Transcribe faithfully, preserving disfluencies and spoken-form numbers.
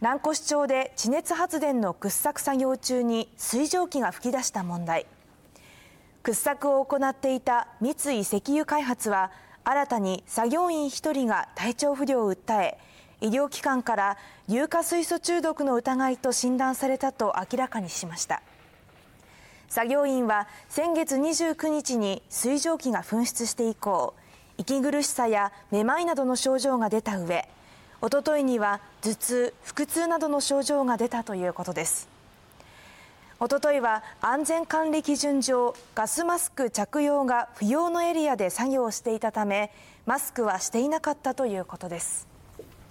蘭越町で地熱発電の掘削作業中に水蒸気が噴き出した問題。掘削を行っていた三井石油開発は新たに作業員ひとりが体調不良を訴え、医療機関から硫化水素中毒の疑いと診断されたと明らかにしました。作業員は先月にじゅうくにちに水蒸気が噴出して以降、息苦しさやめまいなどの症状が出た上、おとといには頭痛、腹痛などの症状が出たということです。おとといは安全管理基準上、ガスマスク着用が不要のエリアで作業をしていたため、マスクはしていなかったということです。